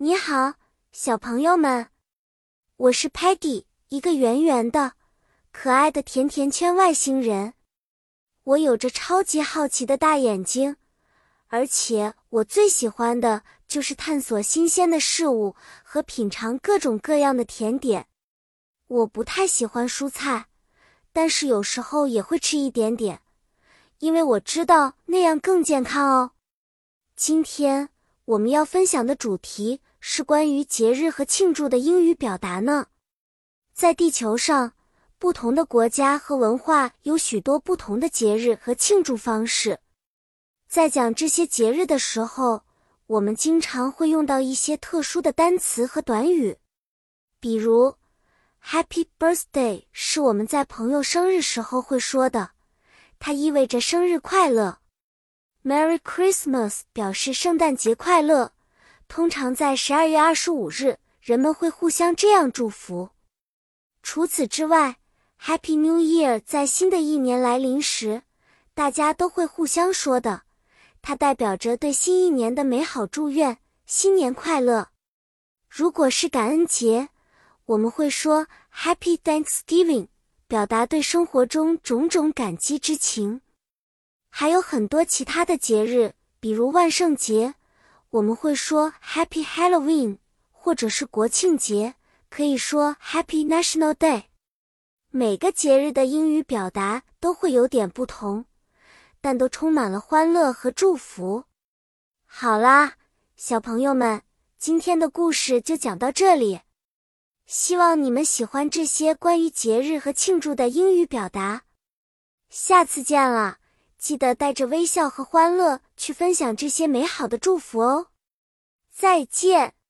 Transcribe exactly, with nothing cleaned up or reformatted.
你好，小朋友们，我是 Peggy， 一个圆圆的、可爱的甜甜圈外星人。我有着超级好奇的大眼睛，而且我最喜欢的就是探索新鲜的事物和品尝各种各样的甜点。我不太喜欢蔬菜，但是有时候也会吃一点点，因为我知道那样更健康哦。今天我们要分享的主题是关于节日和庆祝的英语表达呢。在地球上，不同的国家和文化有许多不同的节日和庆祝方式。在讲这些节日的时候，我们经常会用到一些特殊的单词和短语。比如 Happy Birthday 是我们在朋友生日时候会说的，它意味着生日快乐。Merry Christmas 表示圣诞节快乐，通常在十二月二十五日，人们会互相这样祝福。除此之外， Happy New Year 在新的一年来临时，大家都会互相说的，它代表着对新一年的美好祝愿，新年快乐。如果是感恩节，我们会说 Happy Thanksgiving， 表达对生活中种种感激之情。还有很多其他的节日，比如万圣节，我们会说 Happy Halloween， 或者是国庆节，可以说 Happy National Day。 每个节日的英语表达都会有点不同，但都充满了欢乐和祝福。好啦，小朋友们，今天的故事就讲到这里。希望你们喜欢这些关于节日和庆祝的英语表达。下次见了，记得带着微笑和欢乐去分享这些美好的祝福哦。再见。